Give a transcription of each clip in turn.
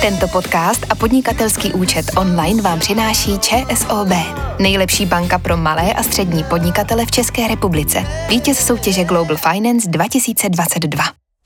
Tento podcast a podnikatelský účet online vám přináší ČSOB, nejlepší banka pro malé a střední podnikatele v České republice. Vítěz soutěže Global Finance 2022.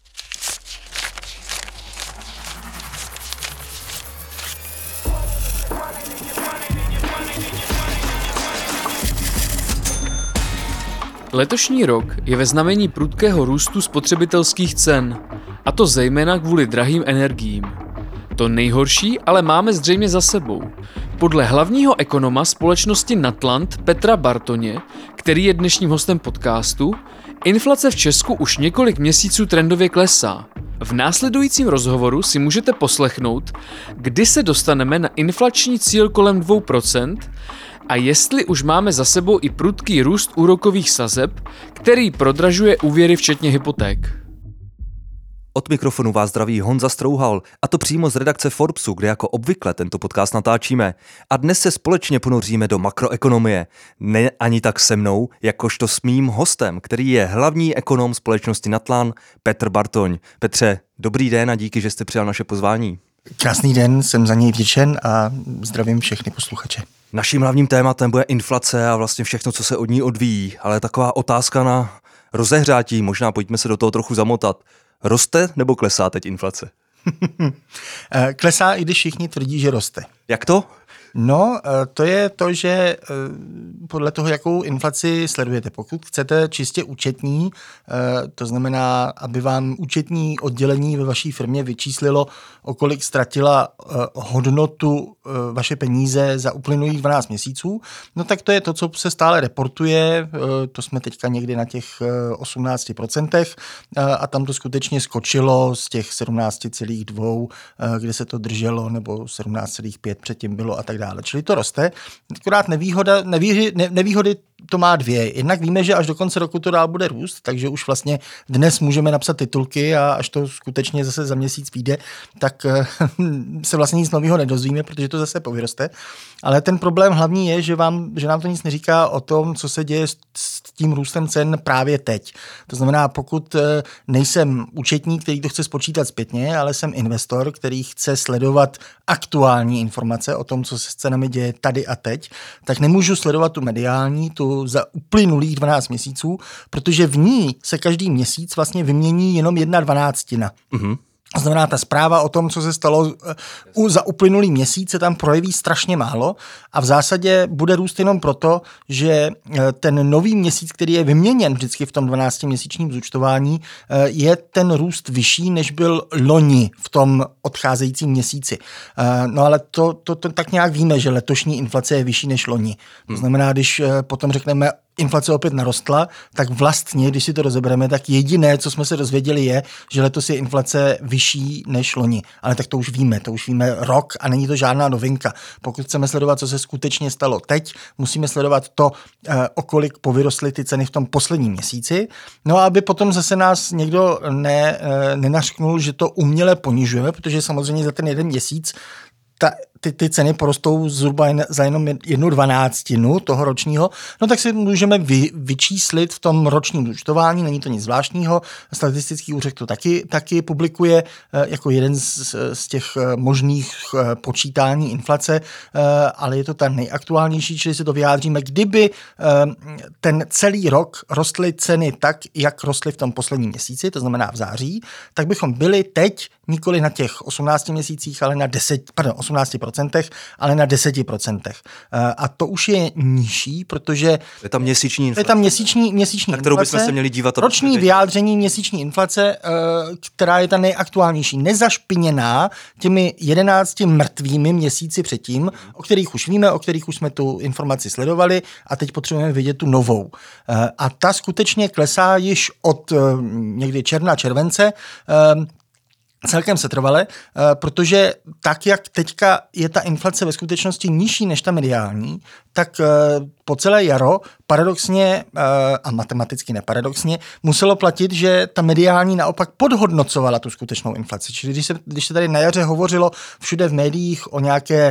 Letošní rok je ve znamení prudkého růstu spotřebitelských cen, a to zejména kvůli drahým energiím. To nejhorší ale máme zřejmě za sebou. Podle hlavního ekonoma společnosti Natland Petra Bartoně, který je dnešním hostem podcastu, inflace v Česku už několik měsíců trendově klesá. V následujícím rozhovoru si můžete poslechnout, kdy se dostaneme na inflační cíl kolem 2% a jestli už máme za sebou i prudký růst úrokových sazeb, který prodražuje úvěry včetně hypoték. Od mikrofonu vás zdraví Honza Strouhal, a to přímo z redakce Forbesu, kde jako obvykle tento podcast natáčíme. A dnes se společně ponoříme do makroekonomie. Ne ani tak se mnou, jakožto s mým hostem, který je hlavní ekonom společnosti Natland, Petr Bartoň. Petře, dobrý den a díky, že jste přijal naše pozvání. Krásný den, jsem za něj vděčen a zdravím všechny posluchače. Naším hlavním tématem bude inflace a vlastně všechno, co se od ní odvíjí, ale taková otázka na rozehřátí, možná pojďme se do toho trochu zamotat. Roste nebo klesá teď inflace? Klesá, i když všichni tvrdí, že roste. Jak to? No, to je to, že podle toho, jakou inflaci sledujete. Pokud chcete čistě účetní, to znamená, aby vám účetní oddělení ve vaší firmě vyčíslilo, o kolik ztratila hodnotu vaše peníze za uplynulých 12 měsíců, no tak to je to, co se stále reportuje, to jsme teďka někdy na těch 18%, a tam to skutečně skočilo z těch 17,2, kde se to drželo, nebo 17,5 předtím bylo a tak dále. Čili to roste, akorát nevýhody to má dvě. Jednak víme, že až do konce roku to dál bude růst, takže už vlastně dnes můžeme napsat titulky a až to skutečně zase za měsíc vyjde, tak se vlastně nic nového nedozvíme, protože to zase povyroste. Ale ten problém hlavní je, že nám to nic neříká o tom, co se děje s tím růstem cen právě teď. To znamená, pokud nejsem účetní, který to chce spočítat zpětně, ale jsem investor, který chce sledovat aktuální informace o tom, co se s cenami děje tady a teď, tak nemůžu sledovat tu mediální, tu za uplynulých 12 měsíců, protože v ní se každý měsíc vlastně vymění jenom 1/12. Mm-hmm. To znamená, ta zpráva o tom, co se stalo za uplynulý měsíc, se tam projeví strašně málo a v zásadě bude růst jenom proto, že ten nový měsíc, který je vyměněn vždycky v tom 12měsíčním zúčtování, je ten růst vyšší, než byl loni v tom odcházejícím měsíci. No ale to tak nějak víme, že letošní inflace je vyšší než loni. To znamená, když potom řekneme, inflace opět narostla, tak vlastně, když si to rozebereme, tak jediné, co jsme se dozvěděli, je, že letos je inflace vyšší než loni. Ale tak to už víme rok a není to žádná novinka. Pokud chceme sledovat, co se skutečně stalo teď, musíme sledovat to, o kolik povyrostly ty ceny v tom posledním měsíci. No a aby potom zase nás někdo nenařknul, že to uměle ponižujeme, protože samozřejmě za ten jeden měsíc ty ceny porostou zhruba za jenom 1/12 toho ročního, no tak si můžeme vyčíslit v tom ročním účtování, není to nic zvláštního, statistický úřad to taky publikuje jako jeden z těch možných počítání inflace, ale je to ta nejaktuálnější, čili si to vyjádříme, kdyby ten celý rok rostly ceny tak, jak rostly v tom posledním měsíci, to znamená v září, tak bychom byli teď nikoli na těch 18 měsících, ale na 18%, ale na 10%. A to už je nižší, protože je tam měsíční inflace. Je tam měsíční na kterou inflace, bychom se měli dívat. Roční vyjádření měsíční inflace, která je ta nejaktuálnější, nezašpiněná těmi 11 mrtvými měsíci předtím, o kterých už víme, o kterých už jsme tu informaci sledovali a teď potřebujeme vidět tu novou. A ta skutečně klesá již od někdy července, celkem setrvale, protože tak, jak teďka je ta inflace ve skutečnosti nižší než ta mediální, tak po celé jaro paradoxně a matematicky neparadoxně muselo platit, že ta mediální naopak podhodnocovala tu skutečnou inflaci. Čili když se tady na jaře hovořilo všude v médiích o nějaké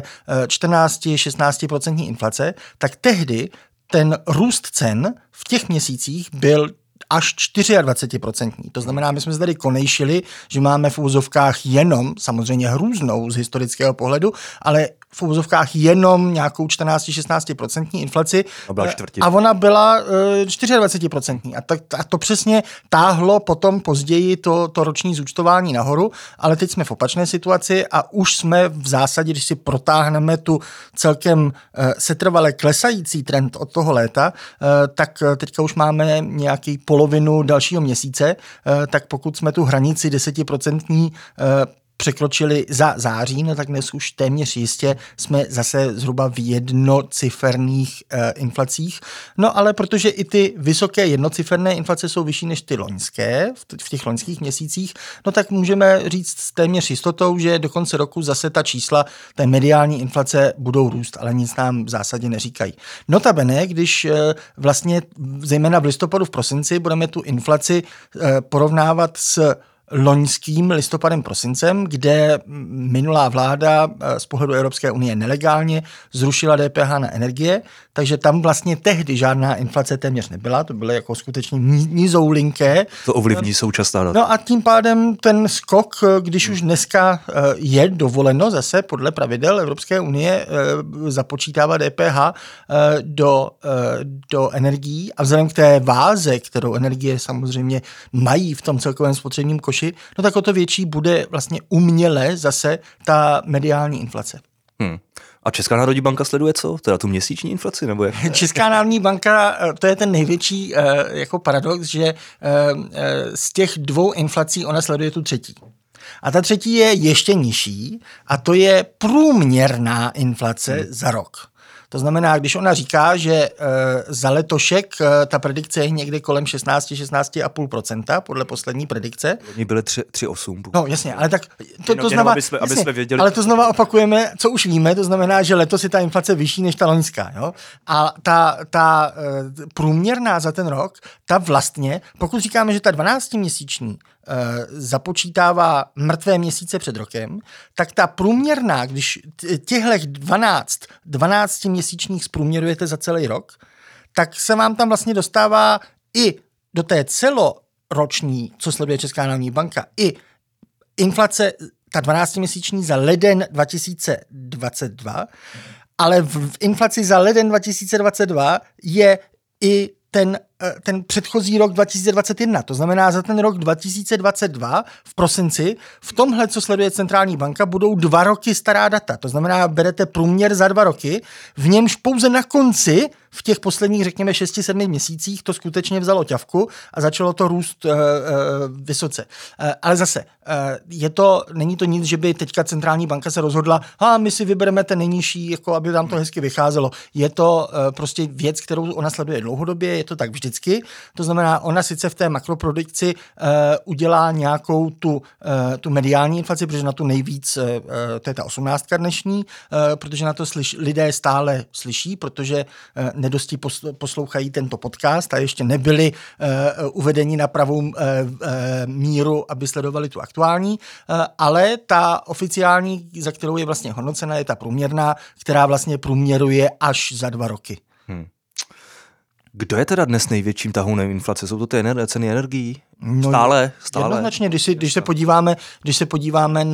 14-16% inflace, tak tehdy ten růst cen v těch měsících byl až 24%. To znamená, my jsme se tady konejšili, že máme v úvozovkách jenom, samozřejmě hrůznou z historického pohledu, ale v úvozovkách jenom nějakou 14-16% inflaci a ona byla 24%. A to přesně táhlo potom později to roční zúčtování nahoru, ale teď jsme v opačné situaci a už jsme v zásadě, když si protáhneme tu celkem setrvale klesající trend od toho léta, tak teďka už máme nějaký polovinu dalšího měsíce, tak pokud jsme tu hranici 10% překročili za září, no tak dnes už téměř jistě jsme zase zhruba v jednociferných inflacích. No ale protože i ty vysoké jednociferné inflace jsou vyšší než ty loňské v těch loňských měsících, no tak můžeme říct s téměř jistotou, že do konce roku zase ta čísla té mediální inflace budou růst, ale nic nám v zásadě neříkají. Notabene, když vlastně zejména v listopadu, v prosinci budeme tu inflaci porovnávat s loňským listopadem, prosincem, kde minulá vláda z pohledu Evropské unie nelegálně zrušila DPH na energie, takže tam vlastně tehdy žádná inflace téměř nebyla, to bylo jako skutečně nizoulinké. To ovlivní současná data. No a tím pádem ten skok, když už dneska je dovoleno zase podle pravidel Evropské unie započítávat DPH do energií a vzhledem k té váze, kterou energie samozřejmě mají v tom celkovém spotřebním koši, no tak o to větší bude vlastně uměle zase ta mediální inflace. A Česká národní banka sleduje co? Teda tu měsíční inflaci? Nebo jak? Česká národní banka, to je ten největší jako paradox, že z těch dvou inflací ona sleduje tu třetí. A ta třetí je ještě nižší a to je průměrná inflace za rok. To znamená, když ona říká, že za letošek ta predikce je někde kolem 16,5% podle poslední predikce. Oni byly 3,8. No jasně, ale tak to znamená, aby jsme věděli. Ale to znova opakujeme, co už víme, to znamená, že letos je ta inflace vyšší než ta loňská. Jo? A ta průměrná za ten rok, ta vlastně, pokud říkáme, že ta 12měsíční započítává mrtvé měsíce před rokem, tak ta průměrná, když těchto 12 měsíčních zprůměrujete za celý rok, tak se vám tam vlastně dostává i do té celoroční, co sleduje Česká národní banka, i inflace, ta 12měsíční za leden 2022, ale v inflaci za leden 2022 je i ten předchozí rok 2021. To znamená, za ten rok 2022 v prosinci v tomhle, co sleduje centrální banka, budou 2 roky stará data. To znamená, berete průměr za 2 roky, v němž pouze na konci v těch posledních, řekněme, 6-7 měsících to skutečně vzalo ťavku a začalo to růst vysoce. Ale zase, není to nic, že by teďka centrální banka se rozhodla, my si vybereme ten nejnižší, jako aby nám to hezky vycházelo. Je to prostě věc, kterou ona sleduje dlouhodobě, je to tak vždycky. To znamená, ona sice v té makroprodikci udělá nějakou tu mediální inflaci, protože na tu nejvíc, to je ta 18 dnešní, protože na to lidé stále slyší, protože nedosti poslouchají tento podcast a ještě nebyli uvedeni na pravou míru, aby sledovali tu aktuální, ale ta oficiální, za kterou je vlastně hodnocena, je ta průměrná, která vlastně průměruje až za 2 roky. Kdo je teda dnes největším tahounem inflace? Jsou to ty ceny energií? Stále. Jednoznačně, když se podíváme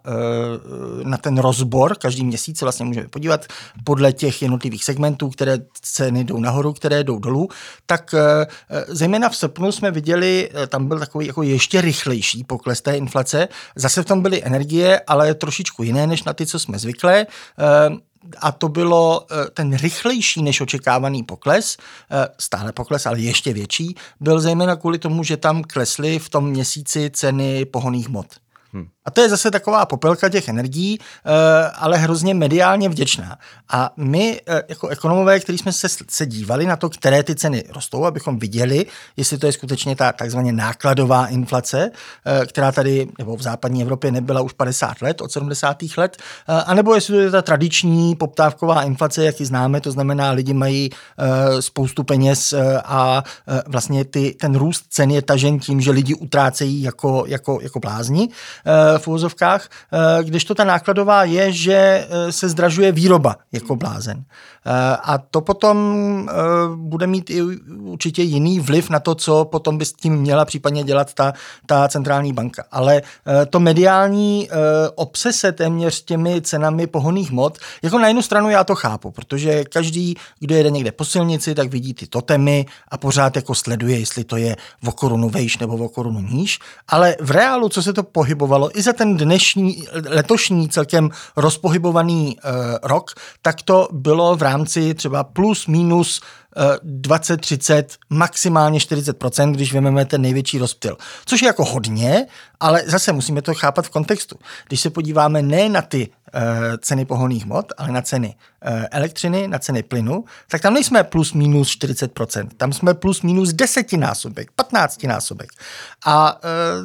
na ten rozbor, každý měsíc se vlastně můžeme podívat podle těch jednotlivých segmentů, které ceny jdou nahoru, které jdou dolů, tak zejména v srpnu jsme viděli, tam byl takový jako ještě rychlejší pokles té inflace. Zase v tom byly energie, ale trošičku jiné než na ty, co jsme zvyklé. A to bylo ten rychlejší než očekávaný pokles, stále pokles, ale ještě větší, byl zejména kvůli tomu, že tam klesly v tom měsíci ceny pohonných hmot. A to je zase taková popelka těch energií, ale hrozně mediálně vděčná. A my jako ekonomové, kteří jsme se dívali na to, které ty ceny rostou, abychom viděli, jestli to je skutečně ta takzvaně nákladová inflace, která tady nebo v západní Evropě nebyla už 50 let, od 70. let, anebo jestli to je ta tradiční poptávková inflace, jak ji známe, to znamená, lidi mají spoustu peněz a vlastně ten růst cen je tažen tím, že lidi utrácejí jako blázni. v uvozovkách, kdežto ta nákladová je, že se zdražuje výroba jako blázen. A to potom bude mít i určitě jiný vliv na to, co potom by s tím měla případně dělat ta centrální banka. Ale to mediální obsese téměř těmi cenami pohonných hmot, jako na jednu stranu já to chápu, protože každý, kdo jede někde po silnici, tak vidí ty totemy a pořád jako sleduje, jestli to je o korunu vejš nebo o korunu níž, ale v reálu, co se to pohybovalo i za ten letošní celkem rozpohybovaný rok, tak to bylo v rámci třeba plus minus 20, 30, maximálně 40%, když vezmeme ten největší rozptyl. Což je jako hodně, ale zase musíme to chápat v kontextu. Když se podíváme ne na ty ceny pohonných hmot, ale na ceny elektřiny, na ceny plynu, tak tam nejsme plus minus 40%, tam jsme plus minus 10násobek, 15násobek. A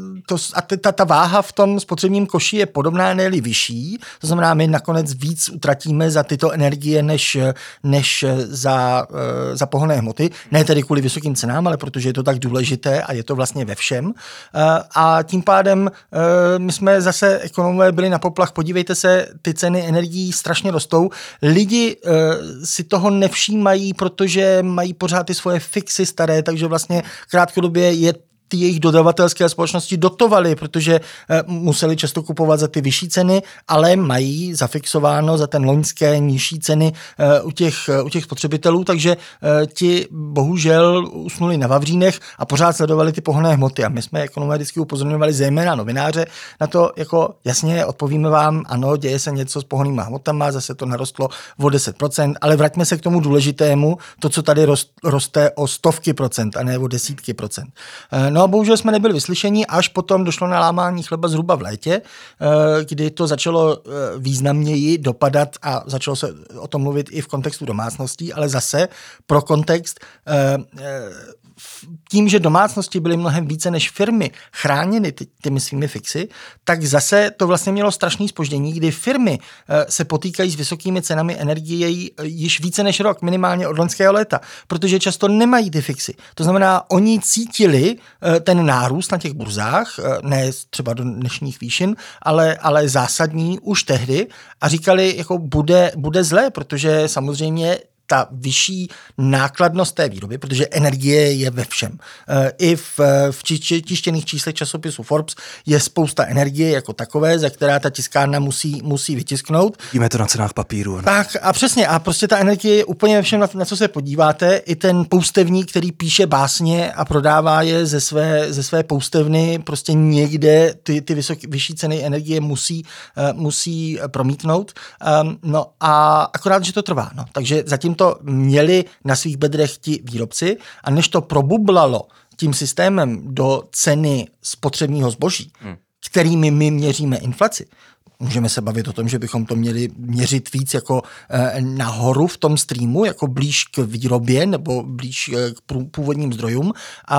ta váha v tom spotřebním koši je podobná, ne-li vyšší, to znamená, my nakonec víc utratíme za tyto energie, než za pohonné hmoty, ne tedy kvůli vysokým cenám, ale protože je to tak důležité a je to vlastně ve všem. A tím pádem my jsme zase ekonomové byli na poplach, podívejte se, ty ceny energií strašně rostou. Lidi si toho nevšímají, protože mají pořád ty svoje fixy staré, takže vlastně krátkodobě je ty jejich dodavatelské společnosti dotovaly, protože museli často kupovat za ty vyšší ceny, ale mají zafixováno za ten loňské nižší ceny u těch spotřebitelů, takže ti bohužel usnuli na vavřínech a pořád sledovali ty pohonné hmoty. A my jsme ekonomové vždycky upozorňovali zejména novináře na to, jako jasně odpovíme vám, ano, děje se něco s pohonnýma hmotama, zase to narostlo o 10%, ale vraťme se k tomu důležitému, to, co tady roste o stovky procent a ne o desítky procent. No a bohužel jsme nebyli vyslyšeni, až potom došlo na lámání chleba zhruba v létě, kdy to začalo významněji dopadat a začalo se o tom mluvit i v kontextu domácností, ale zase pro kontext tím, že domácnosti byly mnohem více než firmy chráněny těmi svými fixy, tak zase to vlastně mělo strašný zpoždění, kdy firmy se potýkají s vysokými cenami energie již více než rok, minimálně od loňského léta, protože často nemají ty fixy. To znamená, oni cítili ten nárůst na těch burzách, ne třeba do dnešních výšin, ale zásadní už tehdy a říkali, jako bude zlé, protože samozřejmě ta vyšší nákladnost té výroby, protože energie je ve všem. I v tištěných číslech časopisu Forbes je spousta energie jako takové, za která ta tiskárna musí vytisknout. Vidíme to na cenách papíru. Tak a přesně. A prostě ta energie je úplně ve všem, na co se podíváte. I ten poustevník, který píše básně a prodává je ze své poustevny, prostě někde ty vyšší ceny energie musí promítnout. No a akorát, že to trvá. No. Takže zatím to měli na svých bedrech ti výrobci a než to probublalo tím systémem do ceny spotřebního zboží, kterými my měříme inflaci, můžeme se bavit o tom, že bychom to měli měřit víc jako nahoru v tom streamu, jako blíž k výrobě nebo blíž k původním zdrojům.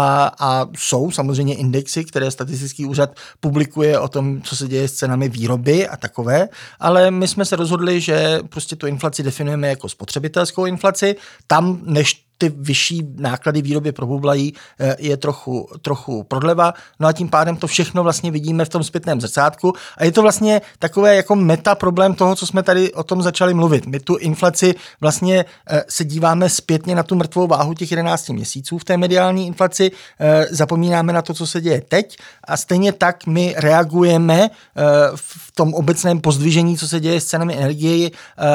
A jsou samozřejmě indexy, které statistický úřad publikuje o tom, co se děje s cenami výroby a takové, ale my jsme se rozhodli, že prostě tu inflaci definujeme jako spotřebitelskou inflaci. Tam, než ty vyšší náklady výroby probublají, je trochu prodleva. No a tím pádem to všechno vlastně vidíme v tom zpětném zrcátku a je to vlastně takové jako meta problém toho, co jsme tady o tom začali mluvit. My tu inflaci vlastně se díváme zpětně na tu mrtvou váhu těch 11 měsíců v té mediální inflaci, zapomínáme na to, co se děje teď a stejně tak my reagujeme v tom obecném pozdvižení, co se děje s cenami energie,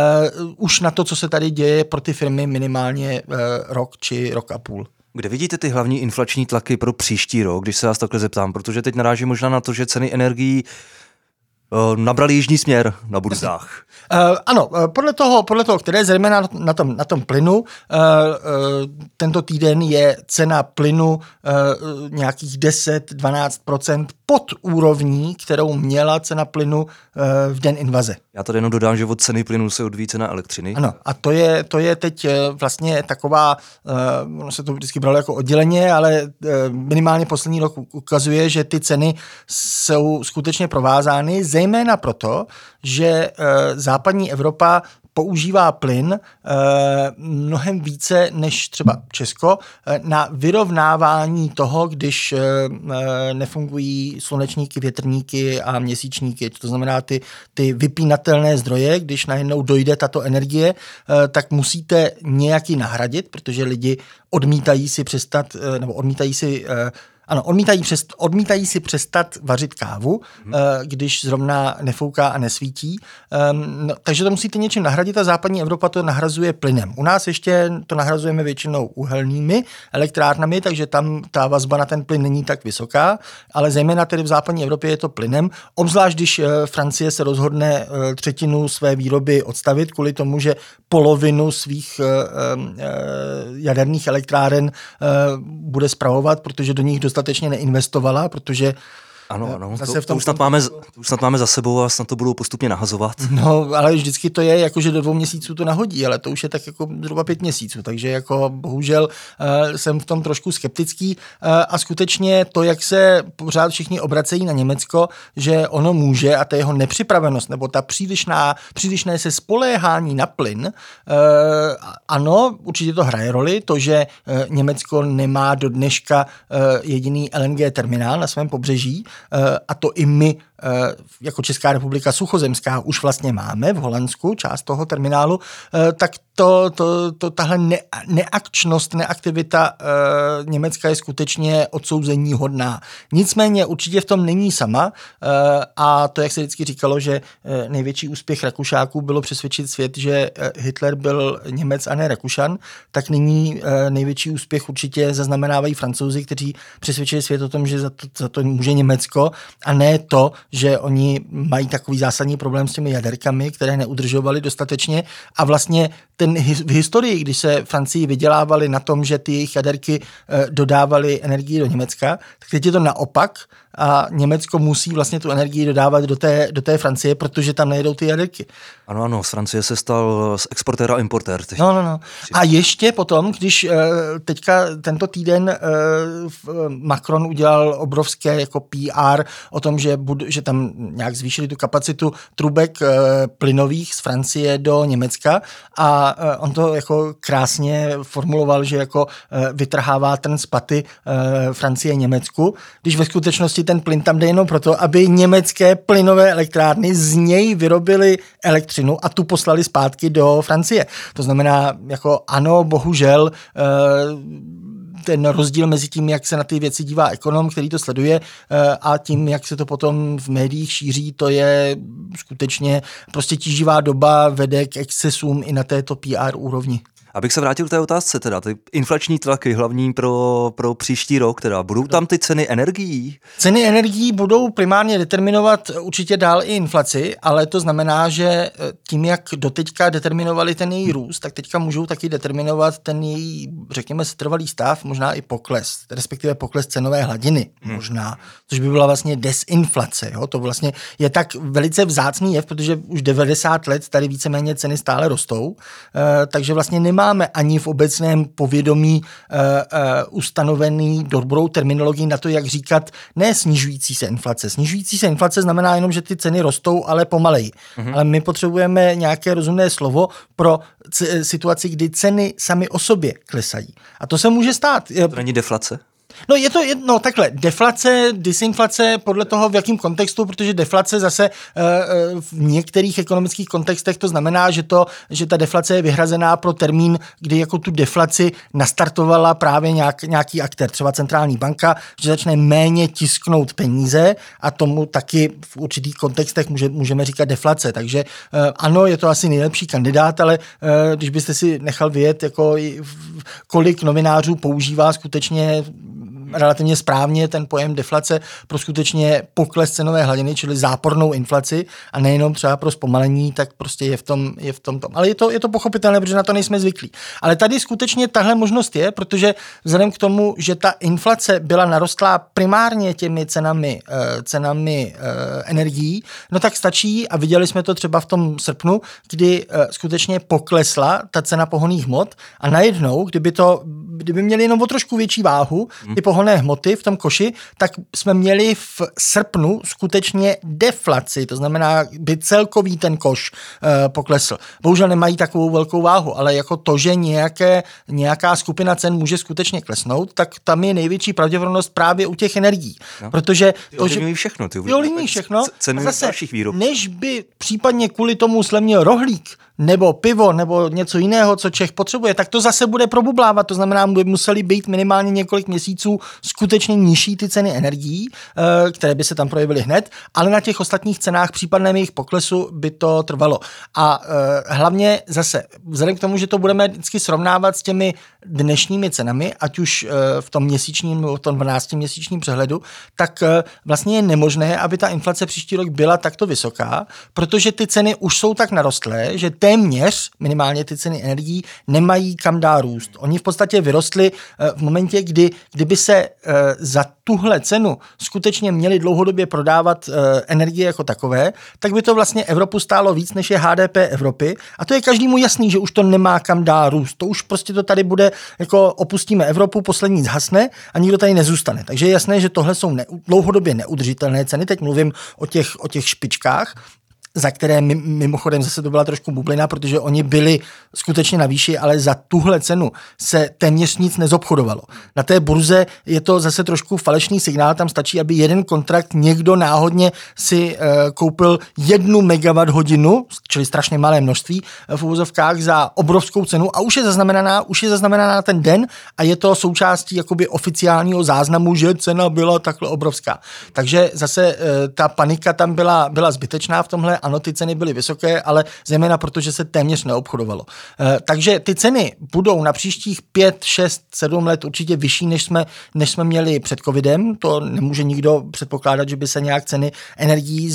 už na to, co se tady děje pro ty firmy minimálně rok či rok a půl. Kde vidíte ty hlavní inflační tlaky pro příští rok, když se vás takhle zeptám? Protože teď naráží možná na to, že ceny energií nabrali jižní směr na burzách. Ano, podle toho, které zejména na tom plynu, tento týden je cena plynu nějakých 10-12% pod úrovní, kterou měla cena plynu v den invaze. Já tady jenom dodám, že od ceny plynu se odvíjí cena elektřiny. Ano, a to je teď vlastně taková, ono se to vždycky bralo jako odděleně, ale minimálně poslední rok ukazuje, že ty ceny jsou skutečně provázány, zejména proto, že západní Evropa používá plyn mnohem více než třeba Česko na vyrovnávání toho, když nefungují slunečníky, větrníky a měsíčníky. To znamená ty vypínatelné zdroje, když najednou dojde tato energie, tak musíte nějaký nahradit, protože lidi odmítají si přestat vařit kávu, když zrovna nefouká a nesvítí. Takže to musíte něčím nahradit a západní Evropa to nahrazuje plynem. U nás ještě to nahrazujeme většinou uhelnými elektrárnami, takže tam ta vazba na ten plyn není tak vysoká, ale zejména tedy v západní Evropě je to plynem. Obzvlášť, když Francie se rozhodne třetinu své výroby odstavit kvůli tomu, že polovinu svých jaderných elektráren bude spravovat, protože do nich dostatečně neinvestovala, protože ano, to už snad máme za sebou a snad to budou postupně nahazovat. No, ale vždycky to je, jako že do 2 měsíců to nahodí, ale to už je tak jako zhruba 5 měsíců, takže jako bohužel jsem v tom trošku skeptický a skutečně to, jak se pořád všichni obracejí na Německo, že ono může a ta jeho nepřipravenost nebo ta přílišné se spoléhání na plyn, ano, určitě to hraje roli, to, že Německo nemá do dneška jediný LNG terminál na svém pobřeží, a to i my jako Česká republika suchozemská už vlastně máme v Holandsku část toho terminálu, tak tahle neakčnost, neaktivita Německa je skutečně odsouzení hodná. Nicméně určitě v tom není sama a to, jak se vždycky říkalo, že největší úspěch Rakušáků bylo přesvědčit svět, že Hitler byl Němec a ne Rakušan, tak nyní největší úspěch určitě zaznamenávají Francouzi, kteří přesvědčili svět o tom, že za to může Německo a ne to, že oni mají takový zásadní problém s těmi jaderkami, které neudržovaly dostatečně a vlastně v historii, když se Francii vydělávali na tom, že ty jejich jaderky dodávaly energii do Německa, tak teď je to naopak a Německo musí vlastně tu energii dodávat do té Francie, protože tam nejedou ty jaderky. Ano, z Francie se stal z exportéra a importér. No. A ještě potom, když teďka tento týden Macron udělal obrovské jako PR o tom, že tam nějak zvýšili tu kapacitu trubek plynových z Francie do Německa a on to jako krásně formuloval, že jako vytrhává ten z paty Francie Německu, když ve skutečnosti ten plyn tam jde jenom proto, aby německé plynové elektrárny z něj vyrobily elektřinu a tu poslali zpátky do Francie. To znamená, jako ano, bohužel ten rozdíl mezi tím, jak se na ty věci dívá ekonom, který to sleduje, a tím, jak se to potom v médiích šíří, to je skutečně prostě tíživá doba, vede k excesům i na této PR úrovni. Abych se vrátil k té otázce, teda ty inflační tlaky hlavní pro příští rok, teda budou tam ty ceny energií? Ceny energií budou primárně determinovat určitě dál i inflaci, ale to znamená, že tím, jak doteďka determinovali ten její růst, tak teďka můžou taky determinovat ten její, řekněme, setrvalý stav, možná i pokles, respektive pokles cenové hladiny, možná, což by byla vlastně desinflace. Jo? To vlastně je tak velice vzácný jev, protože už 90 let tady víceméně ceny stále rostou, takže vlastně nemáme ani v obecném povědomí ustanovený dobrou terminologii na to, jak říkat ne snižující se inflace. Snižující se inflace znamená jenom, že ty ceny rostou, ale pomaleji. Ale my potřebujeme nějaké rozumné slovo pro situaci, kdy ceny sami o sobě klesají. A to se může stát. To není deflace? No je to takhle, deflace, disinflace podle toho, v jakém kontextu, protože deflace zase v některých ekonomických kontextech to znamená, že ta deflace je vyhrazená pro termín, kdy jako tu deflaci nastartovala právě nějaký aktér, třeba centrální banka, že začne méně tisknout peníze a tomu taky v určitých kontextech můžeme říkat deflace. Takže ano, je to asi nejlepší kandidát, ale když byste si nechal vyjet, jako kolik novinářů používá skutečně relativně správně ten pojem deflace pro skutečně pokles cenové hladiny, čili zápornou inflaci a nejenom třeba pro zpomalení, tak prostě je v tom. Ale je to pochopitelné, protože na to nejsme zvyklí. Ale tady skutečně tahle možnost je, protože vzhledem k tomu, že ta inflace byla narostlá primárně těmi cenami energií, no tak stačí, a viděli jsme to třeba v tom srpnu, kdy skutečně poklesla ta cena pohonných hmot a najednou, kdyby měli jenom o trošku větší váhu, ty pohonné pohonné hmoty v tom koši, tak jsme měli v srpnu skutečně deflaci, to znamená, by celkový ten koš poklesl. Bohužel nemají takovou velkou váhu, ale jako to, že nějaká skupina cen může skutečně klesnout, tak tam je největší pravděpodobnost právě u těch energií. No. Protože ty ovlivňují všechno. Ovlivňují všechno. Ceny dalších výrobků. Než by případně kvůli tomu slevnil rohlík, nebo pivo, nebo něco jiného, co Čech potřebuje, tak to zase bude probublávat. To znamená, by museli být minimálně několik měsíců skutečně nižší ty ceny energií, které by se tam projevily hned, ale na těch ostatních cenách, případném jejich poklesu, by to trvalo. A hlavně zase, vzhledem k tomu, že to budeme vždycky srovnávat s těmi dnešními cenami, ať už v tom měsíčním nebo v tom 12měsíčním přehledu, tak vlastně je nemožné, aby ta inflace příští rok byla takto vysoká, protože ty ceny už jsou tak narostlé, že téměř minimálně ty ceny energií nemají kam dál růst. Oni v podstatě vyrostli v momentě, kdyby se za tuhle cenu skutečně měli dlouhodobě prodávat energie jako takové, tak by to vlastně Evropu stálo víc, než je HDP Evropy. A to je každému jasný, že už to nemá kam dál růst. To už prostě to tady bude, jako opustíme Evropu, poslední zhasne a nikdo tady nezůstane. Takže je jasné, že tohle jsou dlouhodobě neudržitelné ceny. Teď mluvím o těch špičkách, za které mimochodem zase to byla trošku bublina, protože oni byli skutečně na výši, ale za tuhle cenu se téměř nic nezobchodovalo. Na té burze je to zase trošku falešný signál, tam stačí, aby jeden kontrakt někdo náhodně si koupil 1 megawatt-hodinu, čili strašně malé množství v uvozovkách za obrovskou cenu a už je zaznamenaná ten den a je to součástí jakoby oficiálního záznamu, že cena byla takhle obrovská. Takže zase ta panika tam byla zbytečná v tomhle. Ano, ty ceny byly vysoké, ale zejména protože se téměř neobchodovalo. Takže ty ceny budou na příštích 5, 6, 7 let určitě vyšší, než jsme měli před covidem. To nemůže nikdo předpokládat, že by se nějak ceny energií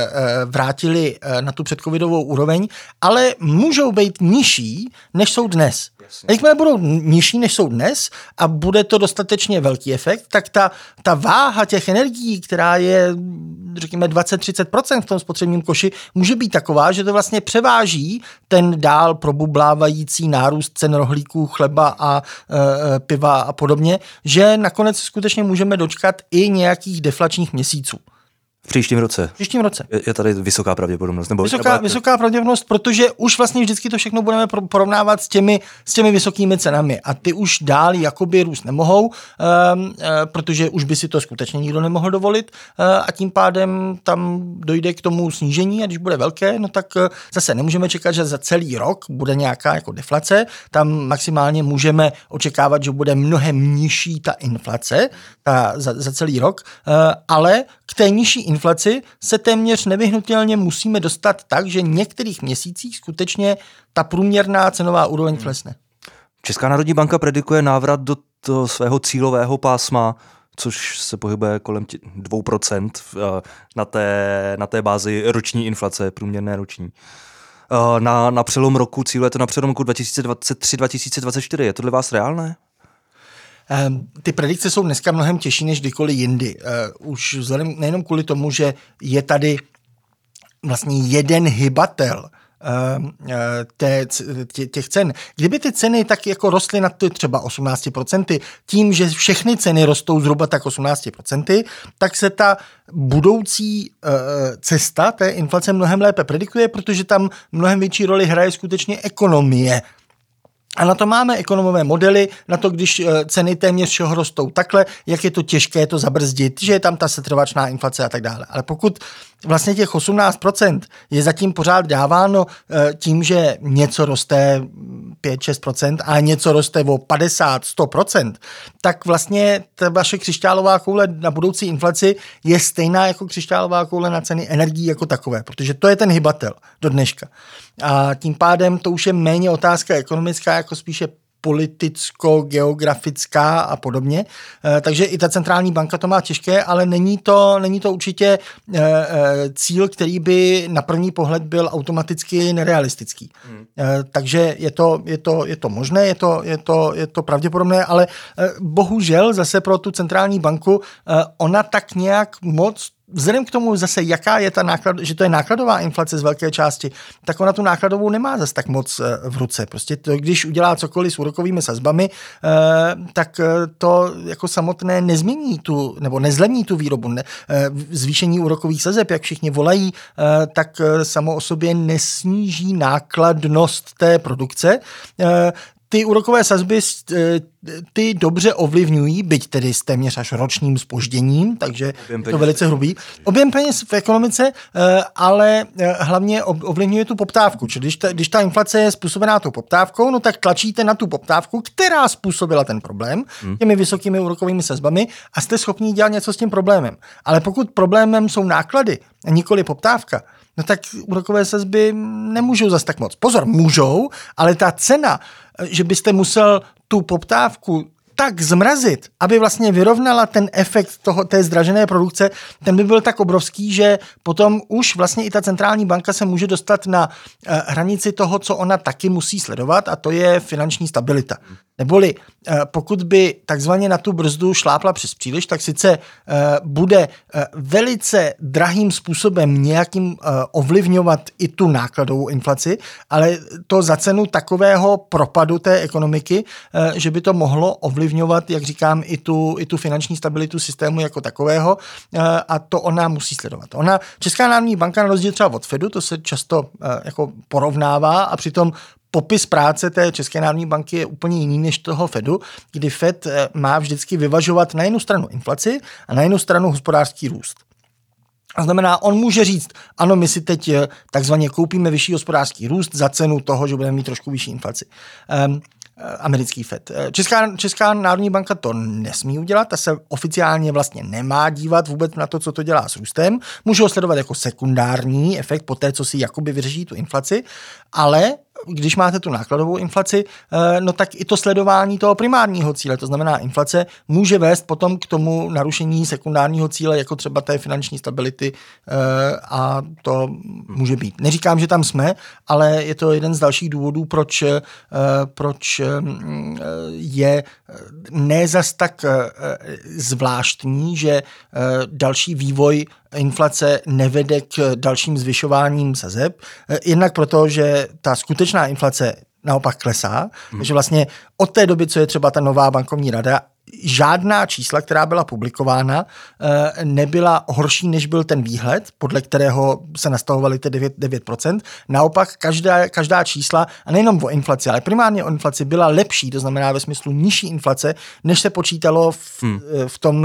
vrátily na tu předcovidovou úroveň, ale můžou být nižší, než jsou dnes. Jakmile budou nižší, než jsou dnes a bude to dostatečně velký efekt, tak ta váha těch energií, která je, řekněme, 20-30% v tom spotřebním koši, může být taková, že to vlastně převáží ten dál probublávající nárůst cen rohlíků, chleba a piva a podobně, že nakonec skutečně můžeme dočkat i nějakých deflačních měsíců. V příštím roce. Je tady vysoká pravděpodobnost. Nebo vysoká pravděpodobnost, protože už vlastně vždycky to všechno budeme porovnávat s těmi vysokými cenami a ty už dál jakoby růst nemohou, protože už by si to skutečně nikdo nemohl dovolit a tím pádem tam dojde k tomu snížení a když bude velké, no tak zase nemůžeme čekat, že za celý rok bude nějaká jako deflace, tam maximálně můžeme očekávat, že bude mnohem nižší ta inflace za celý rok, ale k té nižší inflaci se téměř nevyhnutelně musíme dostat tak, že v některých měsících skutečně ta průměrná cenová úroveň klesne. Česká národní banka predikuje návrat do toho svého cílového pásma, což se pohybuje kolem 2% na té bázi roční inflace, průměrné roční. Na přelom roku, cíluje to na přelom roku 2023-2024. Je to dle vás reálné? Ty predikce jsou dneska mnohem těžší než kdykoliv jindy. Už vzhledem nejenom kvůli tomu, že je tady vlastně jeden hybatel těch cen. Kdyby ty ceny tak jako rostly na třeba 18%, tím, že všechny ceny rostou zhruba tak 18%, tak se ta budoucí cesta té inflace mnohem lépe predikuje, protože tam mnohem větší roli hraje skutečně ekonomie. A na to máme ekonomové modely, na to, když ceny téměř všeho rostou takhle, jak je to těžké to zabrzdit, že je tam ta setrvačná inflace a tak dále. Ale pokud vlastně těch 18% je zatím pořád dáváno tím, že něco roste 5-6% a něco roste o 50-100%, tak vlastně ta vaše křišťálová koule na budoucí inflaci je stejná jako křišťálová koule na ceny energií jako takové, protože to je ten hybatel do dneška. A tím pádem to už je méně otázka ekonomická, jako spíše politicko-geografická a podobně. Takže i ta centrální banka to má těžké, ale není to určitě cíl, který by na první pohled byl automaticky nerealistický. Takže je to možné, je to pravděpodobné, ale bohužel zase pro tu centrální banku ona tak nějak moc vzhledem k tomu zase, jaká je ta že to je nákladová inflace z velké části, tak ona tu nákladovou nemá zase tak moc v ruce. Prostě to, když udělá cokoliv s úrokovými sazbami, tak to jako samotné nezmění nebo nezlevní tu výrobu. Zvýšení úrokových sazeb, jak všichni volají, tak samo o sobě nesníží nákladnost té produkce. Ty úrokové sazby ty dobře ovlivňují, byť tedy s téměř až ročním zpožděním, takže to velice hrubý. Objem peněz v ekonomice, ale hlavně ovlivňuje tu poptávku. Čili když ta inflace je způsobená tou poptávkou, no tak tlačíte na tu poptávku, která způsobila ten problém těmi vysokými úrokovými sazbami a jste schopni dělat něco s tím problémem. Ale pokud problémem jsou náklady a nikoli poptávka, no tak úrokové sazby nemůžou zas tak moc. Pozor, můžou, ale ta cena, že byste musel tu poptávku tak zmrazit, aby vlastně vyrovnala ten efekt té zdražené produkce, ten by byl tak obrovský, že potom už vlastně i ta centrální banka se může dostat na hranici toho, co ona taky musí sledovat, a to je finanční stabilita. Neboli pokud by takzvaně na tu brzdu šlápla přes příliš, tak sice bude velice drahým způsobem nějakým ovlivňovat i tu nákladovou inflaci, ale to za cenu takového propadu té ekonomiky, že by to mohlo ovlivňovat, jak říkám, i tu finanční stabilitu systému jako takového, a to ona musí sledovat. Česká národní banka na rozdíl třeba od Fedu, to se často jako porovnává, a přitom popis práce té České národní banky je úplně jiný než toho Fedu, kdy Fed má vždycky vyvažovat na jednu stranu inflaci a na jednu stranu hospodářský růst. A znamená, on může říct, ano, my si teď takzvaně koupíme vyšší hospodářský růst za cenu toho, že budeme mít trošku vyšší inflaci. Americký Fed. Česká národní banka to nesmí udělat, ta se oficiálně vlastně nemá dívat vůbec na to, co to dělá s růstem. Může ho sledovat jako sekundární efekt po té, co si jakoby vyřeší tu inflaci, ale když máte tu nákladovou inflaci, no tak i to sledování toho primárního cíle, to znamená inflace, může vést potom k tomu narušení sekundárního cíle, jako třeba té finanční stability, a to může být. Neříkám, že tam jsme, ale je to jeden z dalších důvodů, proč je ne zas tak zvláštní, že další vývoj inflace nevede k dalším zvyšováním sazeb. Jednak proto, že ta skutečná inflace naopak klesá, takže vlastně od té doby, co je třeba ta nová bankovní rada, žádná čísla, která byla publikována, nebyla horší, než byl ten výhled, podle kterého se nastavovaly ty 9%. Naopak každá čísla, a nejenom o inflaci, ale primárně o inflaci, byla lepší, to znamená ve smyslu nižší inflace, než se počítalo v tom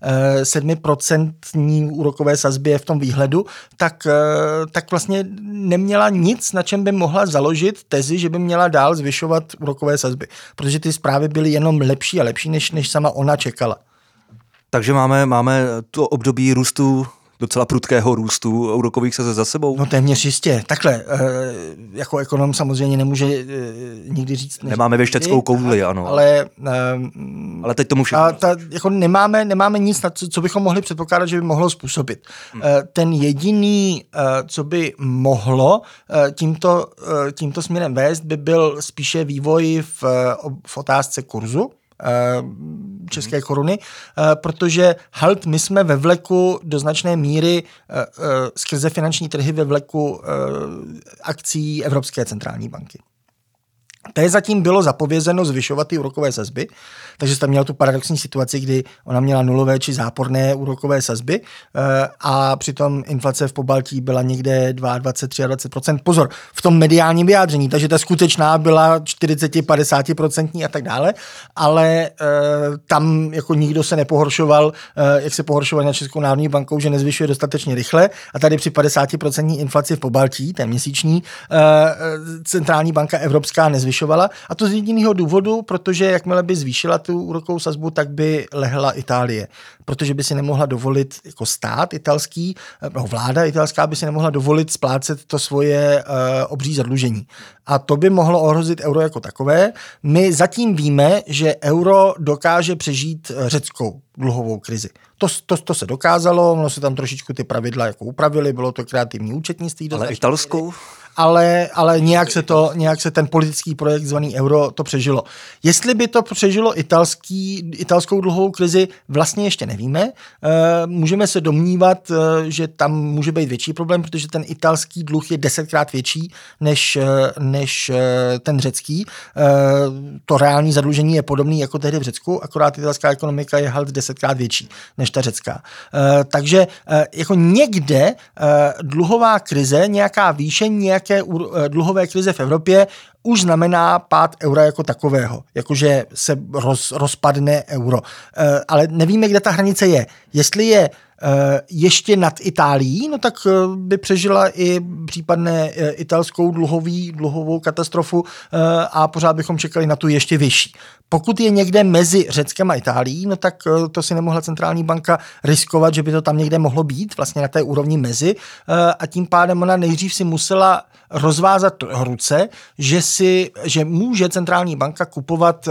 7% úrokové sazbě v tom výhledu, tak vlastně neměla nic, na čem by mohla založit tezi, že by měla dál zvyšovat úrokové sazby. Protože ty zprávy byly jenom lepší a lepší, než sama ona čekala. Takže máme to období růstu, docela prudkého růstu úrokových sazeb za sebou? No téměř jistě. Takhle, jako ekonom samozřejmě nemůže nikdy říct. Nemáme věšteckou kouli, ano. Ale teď tomu všechno. Jako nemáme nic, co bychom mohli předpokládat, že by mohlo způsobit. Ten jediný, co by mohlo tímto směrem vést, by byl spíše vývoj v otázce kurzu české koruny, protože my jsme ve vleku do značné míry skrze finanční trhy ve vleku akcí Evropské centrální banky. Té zatím bylo zapovězeno zvyšovat ty úrokové sazby, takže jste měl tu paradoxní situaci, kdy ona měla nulové či záporné úrokové sazby, a přitom inflace v Pobaltí byla někde 22-23%. Pozor, v tom mediálním vyjádření, takže ta skutečná byla 40-50% a tak dále, ale tam jako nikdo se nepohoršoval, jak se pohoršoval na Českou národní bankou, že nezvyšuje dostatečně rychle, a tady při 50% inflaci v Pobaltí, té měsíční, centrální banka evropská nezvyšovala, a to z jediného důvodu, protože jakmile by zvýšila tu úrokovou sazbu, tak by lehla Itálie, protože by si nemohla dovolit jako stát italský, vláda italská by si nemohla dovolit splácet to svoje obří zadlužení. A to by mohlo ohrozit euro jako takové. My zatím víme, že euro dokáže přežít řeckou dluhovou krizi. To se dokázalo, ono se tam trošičku ty pravidla jako upravily, bylo to kreativní účetnictví. Ale italskou? ale nějak se ten politický projekt zvaný euro to přežilo. Jestli by to přežilo italskou dluhovou krizi, vlastně ještě nevíme. Můžeme se domnívat, že tam může být větší problém, protože ten italský dluh je 10krát větší než ten řecký. To reální zadlužení je podobný jako tehdy v Řecku, akorát italská ekonomika je 10krát větší než ta řecká. Takže jako někde dluhová krize, nějaká výše nějaké dluhové krize v Evropě už znamená pád eura jako takového, jakože se rozpadne euro. Ale nevíme, kde ta hranice je. Jestli je ještě nad Itálií, no tak by přežila i případné italskou dluhovou katastrofu a pořád bychom čekali na tu ještě vyšší. Pokud je někde mezi Řeckem a Itálií, no tak to si nemohla centrální banka riskovat, že by to tam někde mohlo být, vlastně na té úrovni mezi a tím pádem ona nejdřív si musela rozvázat ruce, že může centrální banka kupovat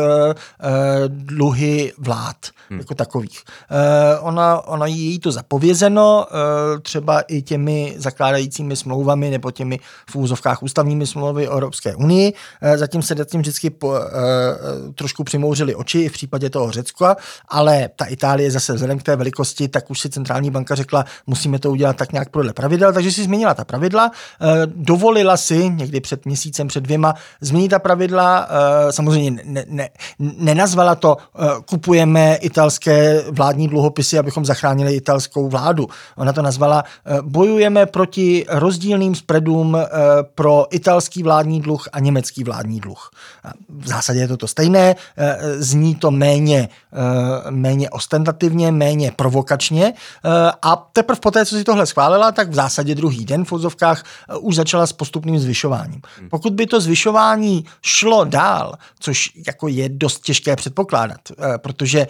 dluhy vlád jako takových. Ona jí to zapovězeno, třeba i těmi zakládajícími smlouvami nebo těmi v úvozovkách ústavními smlouvy o Evropské unii. Zatím se tím vždycky trošku přimouřili oči i v případě toho Řecka, ale ta Itálie zase vzhledem k té velikosti, tak už si centrální banka řekla, musíme to udělat tak nějak podle pravidel, takže si změnila ta pravidla, dovolila si někdy před měsícem, před 2 změnit ta pravidla, samozřejmě nenazvala to kupujeme italské vládní dluhopisy, abychom zachránili italskou vládu. Ona to nazvala bojujeme proti rozdílným spreadům pro italský vládní dluh a německý vládní dluh. V zásadě je to stejné, zní to méně ostentativně, méně provokačně a teprve poté, co si tohle schválila, tak v zásadě druhý den v ozovkách už začala s postupným zvyšováním. Pokud by to zvyšování šlo dál, což jako je dost těžké předpokládat, protože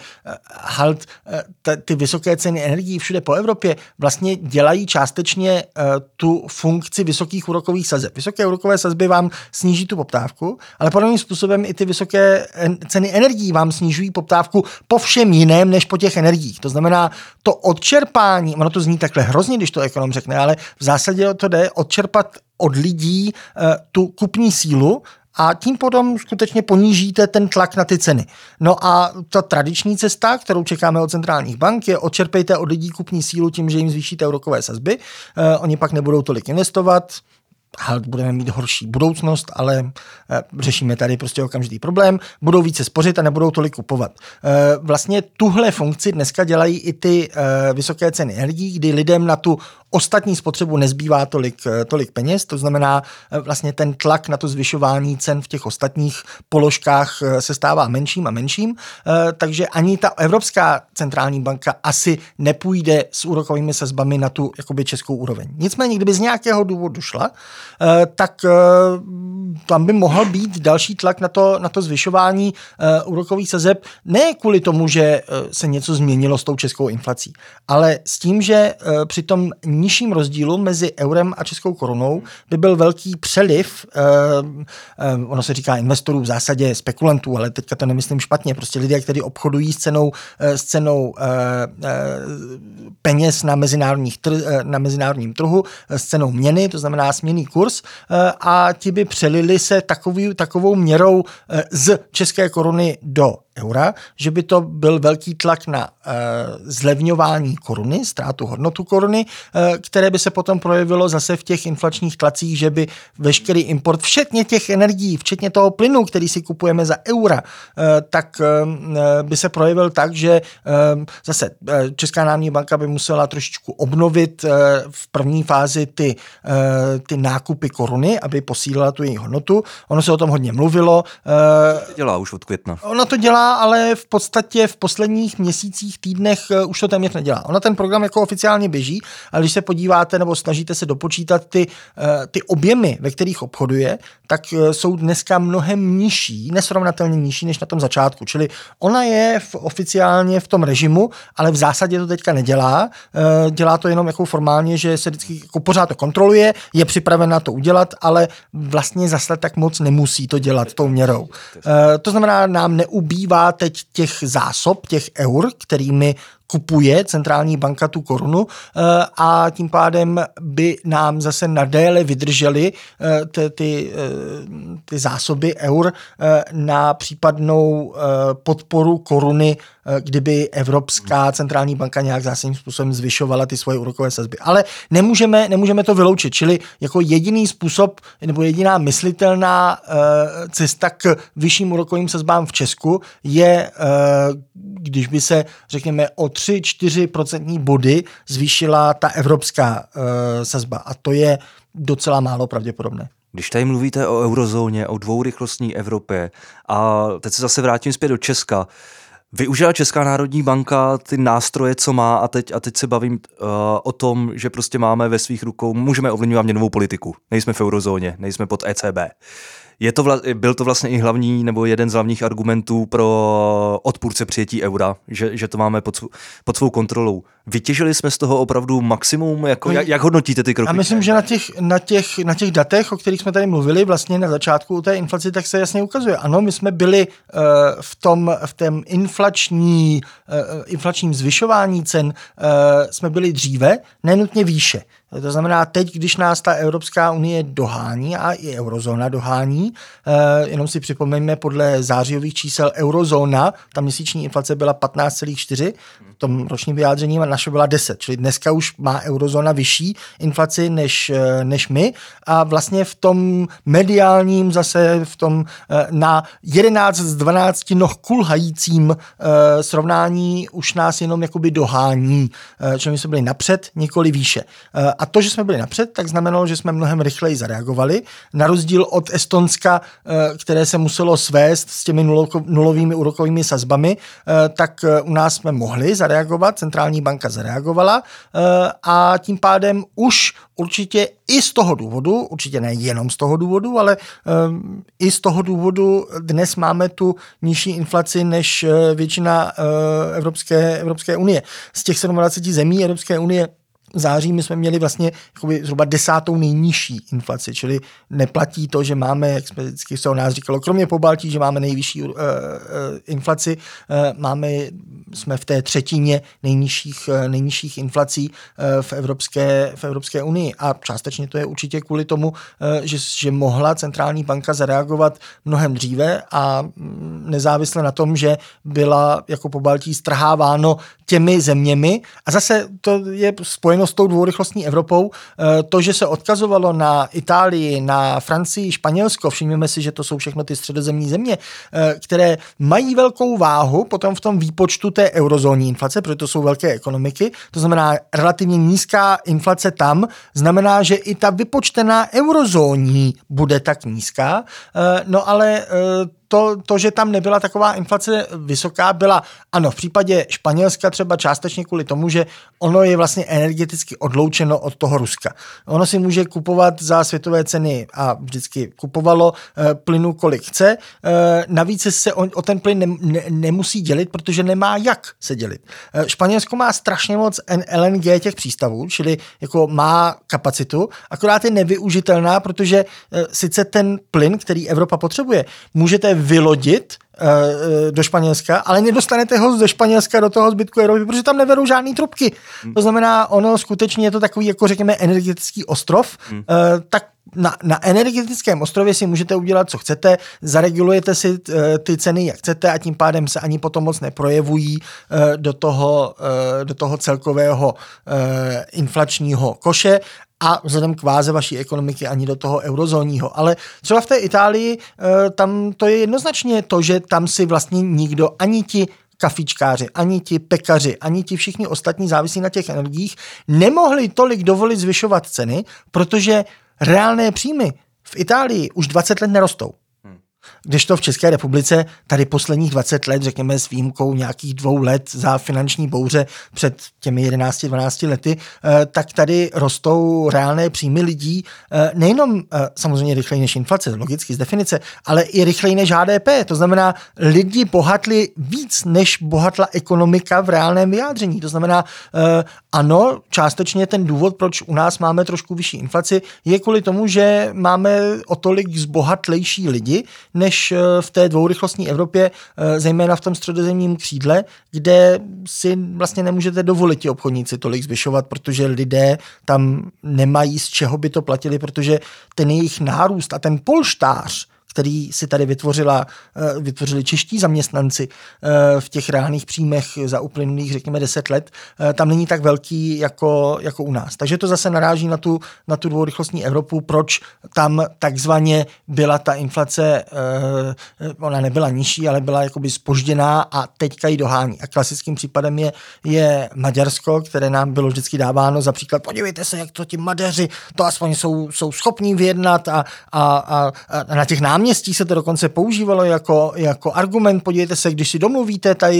ty vysoké ceny energií všude po Evropě vlastně dělají částečně tu funkci vysokých úrokových sazeb. Vysoké úrokové sazby vám sníží tu poptávku, ale podobným způsobem i ty vysoké ceny energií vám snižují poptávku po všem jiném než po těch energiích. To znamená, to odčerpání, ono to zní takhle hrozně, když to ekonom řekne, ale v zásadě to jde odčerpat od lidí tu kupní sílu a tím potom skutečně ponížíte ten tlak na ty ceny. No a ta tradiční cesta, kterou čekáme od centrálních bank, je odčerpejte od lidí kupní sílu tím, že jim zvýšíte úrokové sazby. Oni pak nebudou tolik investovat, budeme mít horší budoucnost, ale řešíme tady prostě okamžitý problém, budou více spořit a nebudou tolik kupovat. Vlastně tuhle funkci dneska dělají i ty vysoké ceny energií, kdy lidem na tu ostatní spotřebu nezbývá tolik peněz, to znamená vlastně ten tlak na to zvyšování cen v těch ostatních položkách se stává menším a menším, takže ani ta Evropská centrální banka asi nepůjde s úrokovými sazbami na tu jakoby českou úroveň. Nicméně, kdyby z nějakého důvodu šla, tak tam by mohl být další tlak na to zvyšování úrokových sazeb, ne kvůli tomu, že se něco změnilo s tou českou inflací, ale s tím, že při tom nižším rozdílu mezi eurem a českou korunou by byl velký přeliv, ono se říká investorů, v zásadě spekulantů, ale teďka to nemyslím špatně, prostě lidé, kteří obchodují s cenou peněz na mezinárodním trhu, s cenou měny, to znamená směnný kurz, a ti by přelili se takovou měrou z české koruny do eura, že by to byl velký tlak na zlevňování koruny, ztrátu hodnotu koruny, které by se potom projevilo zase v těch inflačních tlacích, že by veškerý import, včetně těch energií, včetně toho plynu, který si kupujeme za eura, tak by se projevil tak, že zase Česká národní banka by musela trošičku obnovit v první fázi ty nákupy koruny, aby posílila tu její hodnotu. Ono se o tom hodně mluvilo. To dělá už od května. Ono to dělá, ale v podstatě v posledních měsících, týdnech už to téměř nedělá. Ona ten program jako oficiálně běží, ale když se podíváte nebo snažíte se dopočítat ty objemy, ve kterých obchoduje, tak jsou dneska mnohem nižší, nesrovnatelně nižší než na tom začátku. Čili ona je oficiálně v tom režimu, ale v zásadě to teďka nedělá. Dělá to jenom jako formálně, že se vždycky jako pořád to kontroluje, je připravena to udělat, ale vlastně zase tak moc nemusí to dělat tou měrou. To znamená, nám neubývá teď těch zásob, těch eur, kterými kupuje centrální banka tu korunu a tím pádem by nám zase nadéle vydržely ty zásoby eur na případnou podporu koruny, kdyby Evropská centrální banka nějak zásadním způsobem zvyšovala ty svoje úrokové sazby. Ale nemůžeme to vyloučit, čili jako jediný způsob nebo jediná myslitelná cesta k vyšším úrokovým sazbám v Česku je, když by se, řekněme, o 3-4% body zvýšila ta evropská sazba. A to je docela málo pravděpodobné. Když tady mluvíte o eurozóně, o dvourychlostní Evropě a teď se zase vrátím zpět do Česka, využila Česká národní banka ty nástroje, co má a teď se bavím o tom, že prostě máme ve svých rukou, můžeme ovlivňovat měnovou politiku. Nejsme v eurozóně, nejsme pod ECB. Byl to vlastně i hlavní nebo jeden z hlavních argumentů pro odpůrce přijetí eura, že to máme pod svou kontrolou. Vytěžili jsme z toho opravdu maximum? Jak hodnotíte ty kroky? Já myslím, že na těch datech, o kterých jsme tady mluvili vlastně na začátku té inflaci, tak se jasně ukazuje. Ano, my jsme byli v tom inflačním zvyšování cen jsme byli dříve, nenutně výše. To znamená, teď, když nás ta Evropská unie dohání a i eurozóna dohání, jenom si připomeňme, podle zářijových čísel eurozóna, ta měsíční inflace byla 15,4 v tom ročním vyjádření a naše byla 10, čili dneska už má eurozóna vyšší inflaci než my a vlastně v tom mediálním zase v tom na 11 z 12 noh kulhajícím srovnání už nás jenom jakoby dohání, čili my jsme byli napřed, nikoli výše. A to, že jsme byli napřed, tak znamenalo, že jsme mnohem rychleji zareagovali. Na rozdíl od Estonska, které se muselo svést s těmi nulovými úrokovými sazbami, tak u nás jsme mohli zareagovat, centrální banka zareagovala a tím pádem už určitě i z toho důvodu, určitě ne jenom z toho důvodu, ale i z toho důvodu dnes máme tu nižší inflaci než většina Evropské unie. Z těch 27 zemí Evropské unie v září my jsme měli vlastně zhruba 10. nejnižší inflaci, čili neplatí to, že máme, jak jsme vždycky se o nás říkalo, kromě Pobaltí, že máme nejvyšší inflaci, jsme v té třetině nejnižších inflací v Evropské unii a částečně to je určitě kvůli tomu, že mohla centrální banka zareagovat mnohem dříve a nezávisle na tom, že byla jako Pobaltí strháváno těmi zeměmi a zase to je spojeno s tou dvourychlostní Evropou, to, že se odkazovalo na Itálii, na Francii, Španělsko, všimněme si, že to jsou všechno ty středozemní země, které mají velkou váhu potom v tom výpočtu té eurozónní inflace, protože to jsou velké ekonomiky, to znamená relativně nízká inflace tam, znamená, že i ta vypočtená eurozónní bude tak nízká, no ale to, že tam nebyla taková inflace vysoká, byla, ano, v případě Španělska třeba částečně kvůli tomu, že ono je vlastně energeticky odloučeno od toho Ruska. Ono si může kupovat za světové ceny a vždycky kupovalo plynu, kolik chce. Navíc se o ten plyn nemusí dělit, protože nemá jak se dělit. Španělsko má strašně moc LNG těch přístavů, čili jako má kapacitu, akorát je nevyužitelná, protože sice ten plyn, který Evropa potřebuje, můžete vylodit do Španělska, ale nedostanete ho ze Španělska do toho zbytku Evropy, protože tam nevedou žádný trubky. To znamená, ono skutečně je to takový, jako řekněme, energetický ostrov, tak na energetickém ostrově si můžete udělat, co chcete, zaregulujete si ty ceny, jak chcete a tím pádem se ani potom moc neprojevují do toho celkového inflačního koše a vzhledem k váze vaší ekonomiky ani do toho eurozónního. Ale třeba v té Itálii tam to je jednoznačně to, že tam si vlastně nikdo, ani ti kafičkáři, ani ti pekaři, ani ti všichni ostatní závislí na těch energiích, nemohli tolik dovolit zvyšovat ceny, protože reálné příjmy v Itálii už 20 let nerostou. Kdežto v České republice tady posledních 20 let, řekněme s výjimkou nějakých 2 let za finanční bouře před těmi 11-12 lety, tak tady rostou reálné příjmy lidí nejenom samozřejmě rychleji než inflace, logicky z definice, ale i rychleji než HDP. To znamená, lidi bohatli víc, než bohatla ekonomika v reálném vyjádření. To znamená, ano, částečně ten důvod, proč u nás máme trošku vyšší inflaci, je kvůli tomu, že máme o tolik zbohatlejší lidi, než v té dvourychlostní Evropě, zejména v tom středozemním křídle, kde si vlastně nemůžete dovolit ti obchodníci tolik zvyšovat, protože lidé tam nemají z čeho by to platili, protože ten jejich nárůst a ten polštář, který si tady vytvořili čeští zaměstnanci v těch reálných příjmech za uplynulých, řekněme, 10 let, tam není tak velký jako u nás. Takže to zase naráží na tu dvourychlostní Evropu, proč tam takzvaně byla ta inflace, ona nebyla nižší, ale byla jakoby zpožděná a teďka ji dohání. A klasickým případem je Maďarsko, které nám bylo vždycky dáváno za příklad. Podívejte se, jak to ti Maďaři, to aspoň jsou schopní vyjednat a na těch náměstí se to dokonce používalo jako argument. Podívejte se, když si domluvíte tady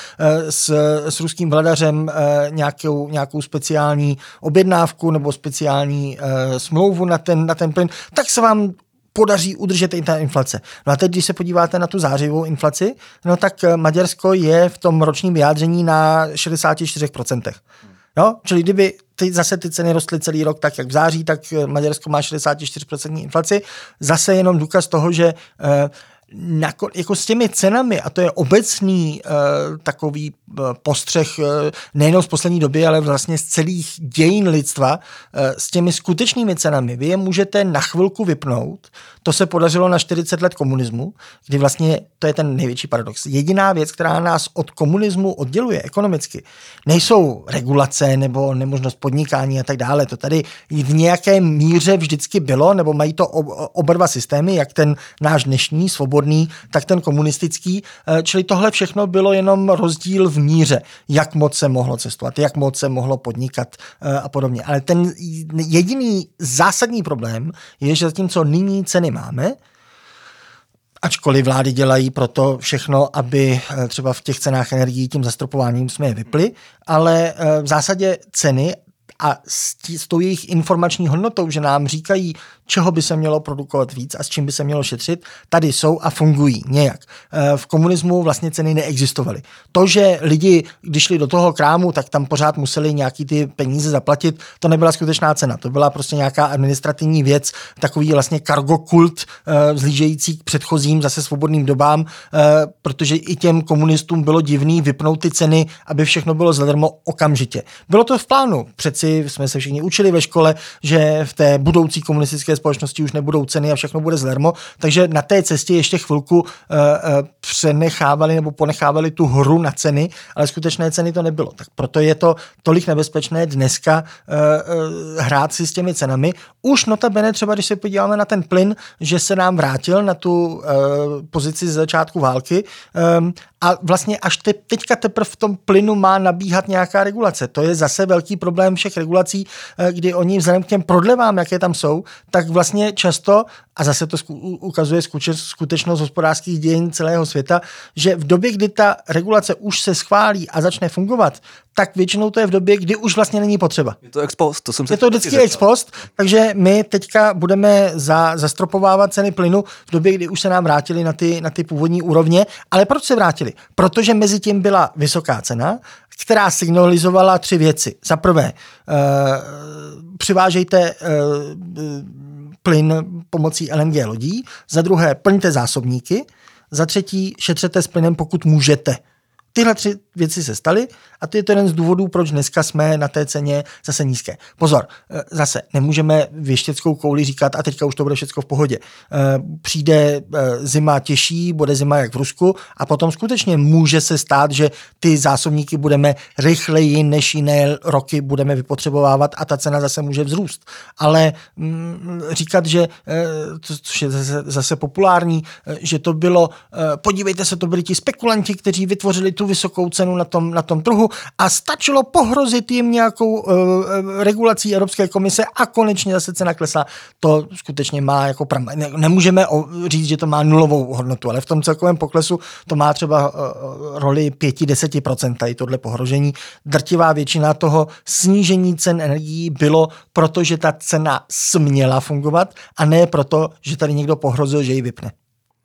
s ruským vladařem nějakou speciální objednávku nebo speciální smlouvu na ten plyn, tak se vám podaří udržet i ta inflace. No a teď, když se podíváte na tu zářivou inflaci, no tak Maďarsko je v tom ročním vyjádření na 64%. Jo? Čili kdyby zase ty ceny rostly celý rok tak, jak v září, tak Maďarsko má 64% inflaci. Zase jenom důkaz toho, že jako s těmi cenami, a to je obecný takový postřeh nejen z poslední doby, ale vlastně z celých dějin lidstva, s těmi skutečnými cenami. Vy je můžete na chvilku vypnout. To se podařilo na 40 let komunismu, kdy vlastně to je ten největší paradox. Jediná věc, která nás od komunismu odděluje ekonomicky, nejsou regulace nebo nemožnost podnikání a tak dále. To tady v nějaké míře vždycky bylo, nebo mají to oba dva systémy, jak ten náš dnešní svobodný, tak ten komunistický. Čili tohle všechno bylo jenom rozdíl v míře, jak moc se mohlo cestovat, jak moc se mohlo podnikat a podobně. Ale ten jediný zásadní problém je, že zatímco nyní ceny máme, ačkoliv vlády dělají proto všechno, aby třeba v těch cenách energií tím zastropováním jsme je vypli, ale v zásadě ceny a s tou jejich informační hodnotou, že nám říkají, čeho by se mělo produkovat víc a s čím by se mělo šetřit, tady jsou a fungují nějak. V komunismu vlastně ceny neexistovaly. To, že lidi, když šli do toho krámu, tak tam pořád museli nějaký ty peníze zaplatit, to nebyla skutečná cena. To byla prostě nějaká administrativní věc, takový vlastně kargokult vzlížející k předchozím zase svobodným dobám, protože i těm komunistům bylo divný vypnout ty ceny, aby všechno bylo zadarmo okamžitě. Bylo to v plánu. Přeci jsme se všichni učili ve škole, že v té budoucí komunistické společnosti už nebudou ceny a všechno bude zdarma, takže na té cestě ještě chvilku přenechávali nebo ponechávali tu hru na ceny, ale skutečné ceny to nebylo. Tak proto je to tolik nebezpečné dneska hrát si s těmi cenami. Už notabene třeba, když se podíváme na ten plyn, že se nám vrátil na tu pozici z začátku války a vlastně až teďka teprve v tom plynu má nabíhat nějaká regulace. To je zase velký problém všech regulací, kdy oni vzhledem k těm prodlevám, jaké tam jsou, tak vlastně často, a zase to ukazuje skutečnost hospodářských dějin celého světa, že v době, kdy ta regulace už se schválí a začne fungovat, tak většinou to je v době, kdy už vlastně není potřeba. Je to ex post, to jsem se je to vždycky ex post, takže my teďka budeme zastropovávat ceny plynu v době, kdy už se nám vrátili na ty původní úrovně. Ale proč se vrátili? Protože mezi tím byla vysoká cena, která signalizovala 3 věci. Za prvé, přivážejte plyn pomocí LNG lodí, za druhé, plňte zásobníky, za třetí, šetřete s plynem, pokud můžete. Tyhle 3 věci se staly a to je to jeden z důvodů, proč dneska jsme na té ceně zase nízké. Pozor, zase nemůžeme věštěckou kouli říkat a teďka už to bude všechno v pohodě. Přijde zima těžší, bude zima jak v Rusku a potom skutečně může se stát, že ty zásobníky budeme rychleji než jiné roky budeme vypotřebovávat a ta cena zase může vzrůst. Ale říkat, že což je zase populární, že to bylo, podívejte se, to byli ti spekulanti, kteří vytvořili tu vysokou cenu na tom trhu a stačilo pohrozit jim nějakou regulací Evropské komise a konečně zase cena klesla. To skutečně má jako nemůžeme říct, že to má nulovou hodnotu, ale v tom celkovém poklesu to má třeba roli 5-10% tady tohle pohrožení. Drtivá většina toho snížení cen energií bylo proto, že ta cena směla fungovat a ne proto, že tady někdo pohrozil, že ji vypne.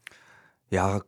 Já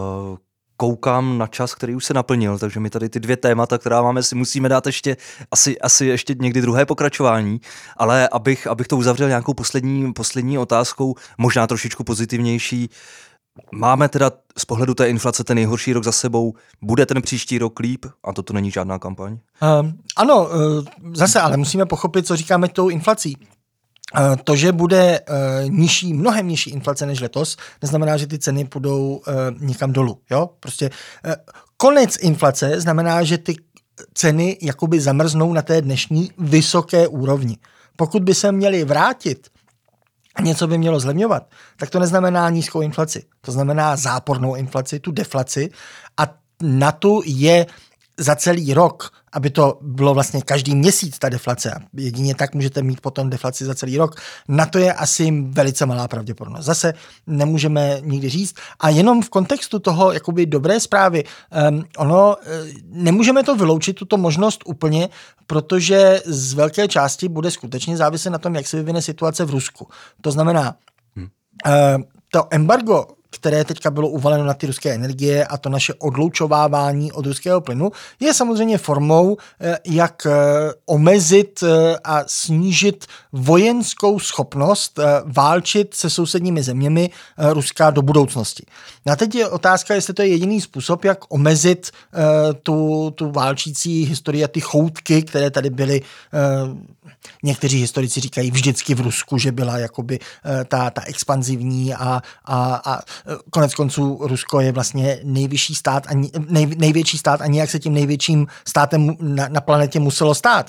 koukám na čas, který už se naplnil, takže my tady ty 2 témata, která máme, si musíme dát ještě asi ještě někdy druhé pokračování, ale abych to uzavřel nějakou poslední otázkou, možná trošičku pozitivnější. Máme teda z pohledu té inflace ten nejhorší rok za sebou, bude ten příští rok líp a toto není žádná kampaň? Ano, zase, ale musíme pochopit, co říkáme tou inflací. To, že bude mnohem nižší inflace než letos, neznamená, že ty ceny půjdou někam dolů. Jo? Prostě konec inflace znamená, že ty ceny jakoby zamrznou na té dnešní vysoké úrovni. Pokud by se měly vrátit a něco by mělo zlevňovat, tak to neznamená nízkou inflaci. To znamená zápornou inflaci, tu deflaci a na tu je za celý rok, aby to bylo vlastně každý měsíc ta deflace. Jedině tak můžete mít potom deflaci za celý rok. Na to je asi velice malá pravděpodobnost. Zase nemůžeme nikdy říct. A jenom v kontextu toho jakoby dobré zprávy, nemůžeme to vyloučit, tuto možnost úplně, protože z velké části bude skutečně záviset na tom, jak se vyvine situace v Rusku. To znamená, to embargo, které teďka bylo uvaleno na ty ruské energie a to naše odloučovávání od ruského plynu, je samozřejmě formou, jak omezit a snížit vojenskou schopnost válčit se sousedními zeměmi Ruska do budoucnosti. A teď je otázka, jestli to je jediný způsob, jak omezit tu válčící historii a ty choutky, které tady byly. Někteří historici říkají vždycky v Rusku, že byla jakoby ta expanzivní a konec konců Rusko je vlastně nejvyšší stát a největší stát a nějak se tím největším státem na planetě muselo stát.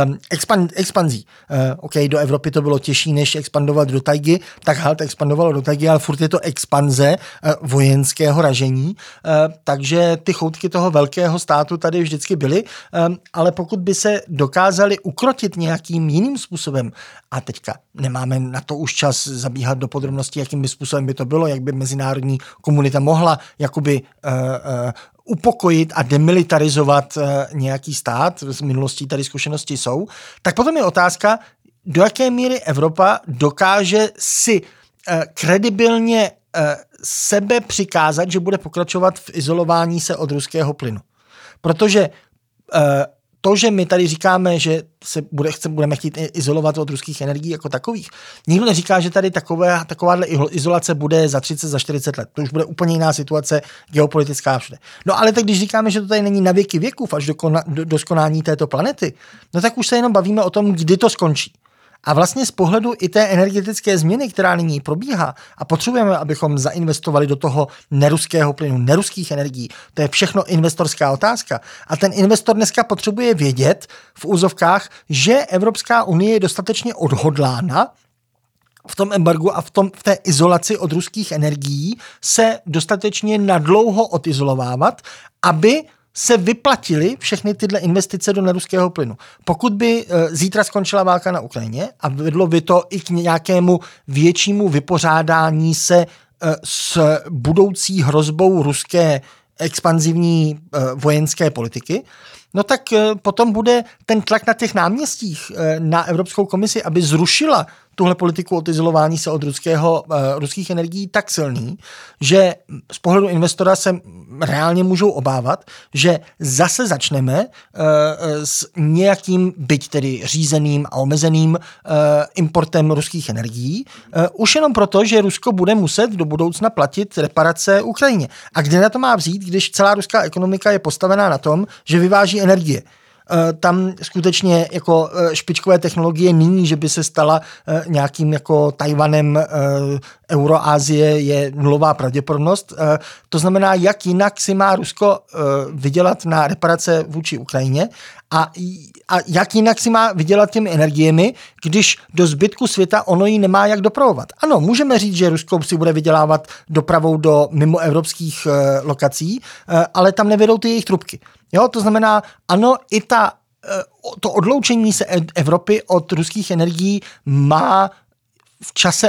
Expanzí. Do Evropy to bylo těžší, než expandovat do tajgy, tak halt expandovalo do tajgy, ale furt je to expanze vojenského ražení, takže ty choutky toho velkého státu tady vždycky byly, ale pokud by se dokázali ukrotit nějakým jiným způsobem, a teďka nemáme na to už čas zabíhat do podrobností, jakým by způsobem by to bylo, jak by mezinárodní komunita mohla jakoby upokojit a demilitarizovat nějaký stát, z minulostí tady zkušenosti jsou, tak potom je otázka, do jaké míry Evropa dokáže si kredibilně sebe přikázat, že bude pokračovat v izolování se od ruského plynu. Protože to, že my tady říkáme, že budeme chtít izolovat od ruských energií jako takových, nikdo neříká, že tady takováhle izolace bude za 30, za 40 let. To už bude úplně jiná situace geopolitická všude. No ale tak když říkáme, že to tady není na věky věkův až do skonání této planety, no tak už se jenom bavíme o tom, kdy to skončí. A vlastně z pohledu i té energetické změny, která nyní probíhá a potřebujeme, abychom zainvestovali do toho neruského plynu, neruských energií, to je všechno investorská otázka. A ten investor dneska potřebuje vědět v úzovkách, že Evropská unie je dostatečně odhodlána v tom embargu a v té izolaci od ruských energií se dostatečně nadlouho odizolovávat, aby se vyplatily všechny tyhle investice do neruského plynu. Pokud by zítra skončila válka na Ukrajině a vedlo by to i k nějakému většímu vypořádání se s budoucí hrozbou ruské expanzivní vojenské politiky, no tak potom bude ten tlak na těch náměstích na Evropskou komisi, aby zrušila tuhle politiku odizolování se od ruských energií tak silný, že z pohledu investora se reálně můžou obávat, že zase začneme s nějakým, byť tedy řízeným a omezeným importem ruských energií, už jenom proto, že Rusko bude muset do budoucna platit reparace Ukrajině. A kde na to má vzít, když celá ruská ekonomika je postavená na tom, že vyváží energie? Tam skutečně jako špičkové technologie nyní, že by se stala nějakým jako Tajvanem Euroázie je nulová pravděpodobnost. To znamená, jak jinak si má Rusko vydělat na reparace vůči Ukrajině a jak jinak si má vydělat těmi energiemi, když do zbytku světa ono ji nemá jak dopravovat. Ano, můžeme říct, že Rusko si bude vydělávat dopravou do mimoevropských lokací, ale tam nevedou ty jejich trubky. Jo, to znamená, ano, i to odloučení se Evropy od ruských energií má v čase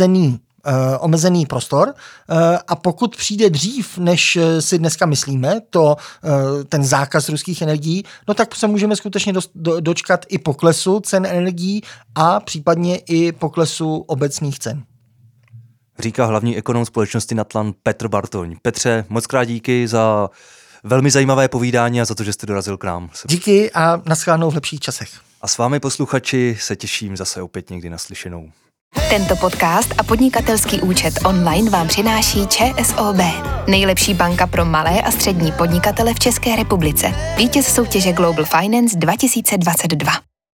omezený prostor a pokud přijde dřív, než si dneska myslíme, ten zákaz ruských energií, no tak se můžeme skutečně dočkat i poklesu cen energií a případně i poklesu obecných cen. Říká hlavní ekonom společnosti Natlan Petr Bartoň. Petře, moc krát díky za velmi zajímavé povídání a za to, že jste dorazil k nám. Díky a naschledanou v lepších časech. A s vámi posluchači se těším zase opět někdy naslyšenou. Tento podcast a podnikatelský účet online vám přináší ČSOB, nejlepší banka pro malé a střední podnikatele v České republice. Vítěz soutěže Global Finance 2022.